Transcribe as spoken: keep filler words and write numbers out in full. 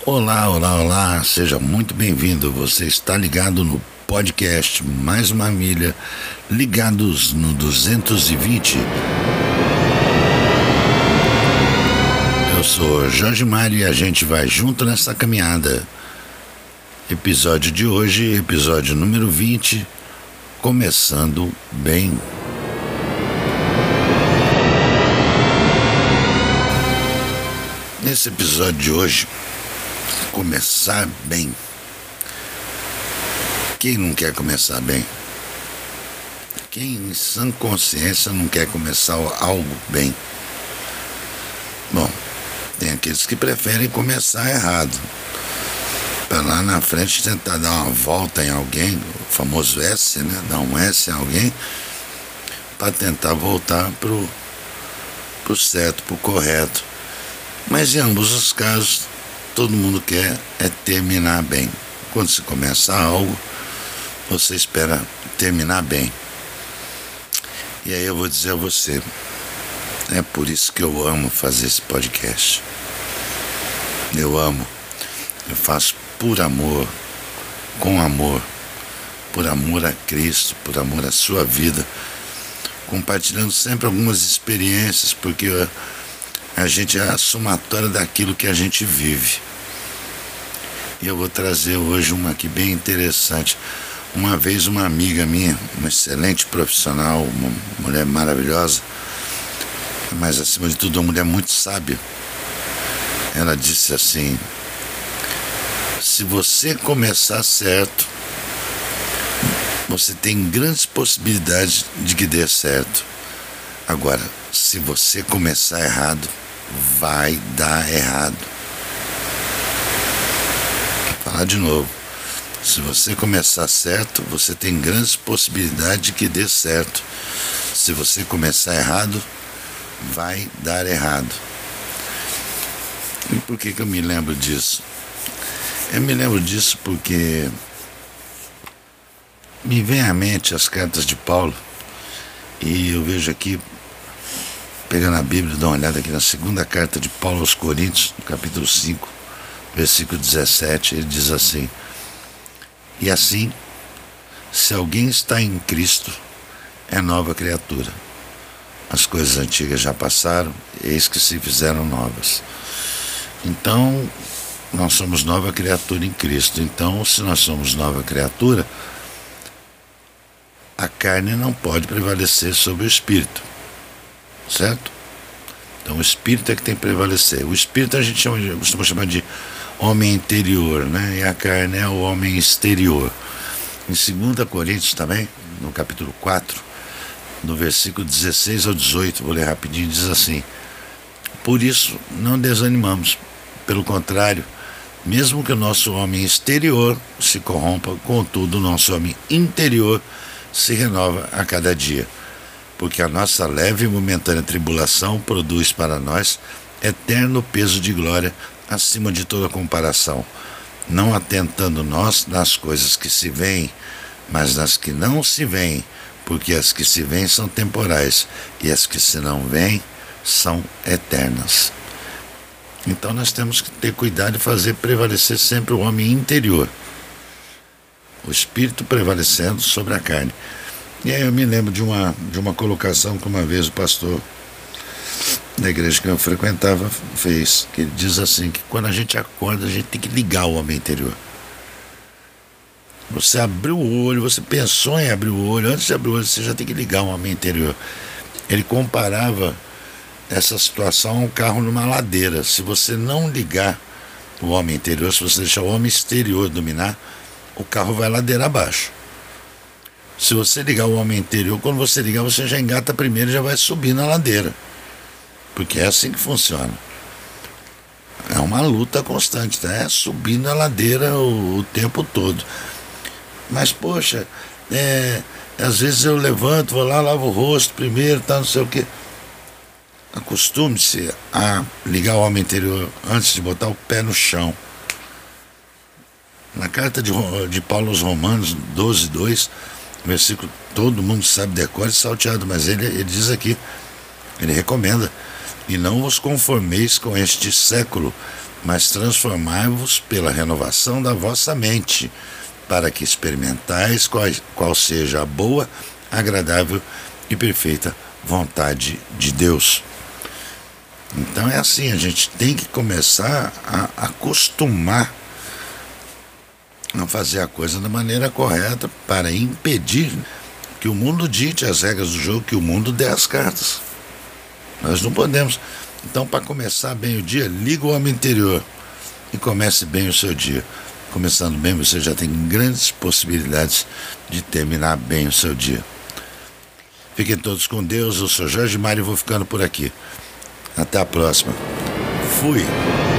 Olá, olá, olá, seja muito bem-vindo. Você está ligado no podcast Mais uma Milha, ligados no duzentos e vinte. Eu sou Jorge Mário e a gente vai junto nessa caminhada. Episódio de hoje, episódio número vinte, começando bem. Nesse episódio de hoje, começar bem. Quem não quer começar bem? Quem em sã consciência não quer começar algo bem? Bom, tem aqueles que preferem começar errado, para lá na frente tentar dar uma volta em alguém, o famoso S, né? Dar um S em alguém, para tentar voltar pro, pro certo, pro correto. Mas em ambos os casos, todo mundo quer é terminar bem. Quando se começa algo, você espera terminar bem. E aí eu vou dizer a você, é por isso que eu amo fazer esse podcast. Eu amo, eu faço por amor, com amor, por amor a Cristo, por amor à sua vida, compartilhando sempre algumas experiências, porque a gente é a somatória daquilo que a gente vive. E eu vou trazer hoje uma aqui bem interessante. Uma vez uma amiga minha, uma excelente profissional, uma mulher maravilhosa, mas acima de tudo uma mulher muito sábia, ela disse assim: se você começar certo, você tem grandes possibilidades de que dê certo. Agora, se você começar errado, vai dar errado. Vou falar de novo. Se você começar certo, você tem grandes possibilidades de que dê certo. Se você começar errado, vai dar errado. E por que que eu me lembro disso? Eu me lembro disso porque me vem à mente as cartas de Paulo, e eu vejo aqui, pegando a Bíblia, dá uma olhada aqui na segunda carta de Paulo aos Coríntios, no capítulo cinco, versículo dezessete, ele diz assim: e assim, se alguém está em Cristo, é nova criatura. As coisas antigas já passaram, eis que se fizeram novas. Então, nós somos nova criatura em Cristo. Então, se nós somos nova criatura, a carne não pode prevalecer sobre o Espírito. Certo? Então o Espírito é que tem que prevalecer. O Espírito a gente chama de, costuma chamar de homem interior, né? E a carne é o homem exterior. Em segunda Coríntios também, no capítulo quatro, no versículo dezesseis ao dezoito, vou ler rapidinho, diz assim: por isso não desanimamos, pelo contrário, mesmo que o nosso homem exterior se corrompa, contudo o nosso homem interior se renova a cada dia. Porque a nossa leve e momentânea tribulação produz para nós eterno peso de glória acima de toda comparação, não atentando nós nas coisas que se veem, mas nas que não se veem, porque as que se veem são temporais, e as que se não veem são eternas. Então nós temos que ter cuidado de fazer prevalecer sempre o homem interior, o espírito prevalecendo sobre a carne. E aí eu me lembro de uma, de uma colocação que uma vez o pastor da igreja que eu frequentava fez, que ele diz assim, que quando a gente acorda, a gente tem que ligar o homem interior. Você abriu o olho, você pensou em abrir o olho, antes de abrir o olho, você já tem que ligar o homem interior. Ele comparava essa situação a um carro numa ladeira. Se você não ligar o homem interior, se você deixar o homem exterior dominar, o carro vai ladeira abaixo. Se você ligar o homem interior, quando você ligar, você já engata primeiro e já vai subir na ladeira. Porque é assim que funciona. É uma luta constante, tá? É subir na ladeira o, o tempo todo. Mas, poxa, é, às vezes eu levanto, vou lá, lavo o rosto primeiro, tá, não sei o quê. Acostume-se a ligar o homem interior antes de botar o pé no chão. Na carta de, de Paulo aos Romanos doze, dois, versículo todo mundo sabe decor e salteado, mas ele, ele diz aqui, ele recomenda: e não vos conformeis com este século, mas transformai-vos pela renovação da vossa mente, para que experimentais qual, qual seja a boa, agradável e perfeita vontade de Deus. Então é assim, a gente tem que começar a acostumar a fazer a coisa da maneira correta para impedir que o mundo dite as regras do jogo, que o mundo dê as cartas. Nós não podemos. Então, para começar bem o dia, liga o homem interior e comece bem o seu dia. Começando bem, você já tem grandes possibilidades de terminar bem o seu dia. Fiquem todos com Deus. Eu sou Jorge Mário e vou ficando por aqui. Até a próxima. Fui.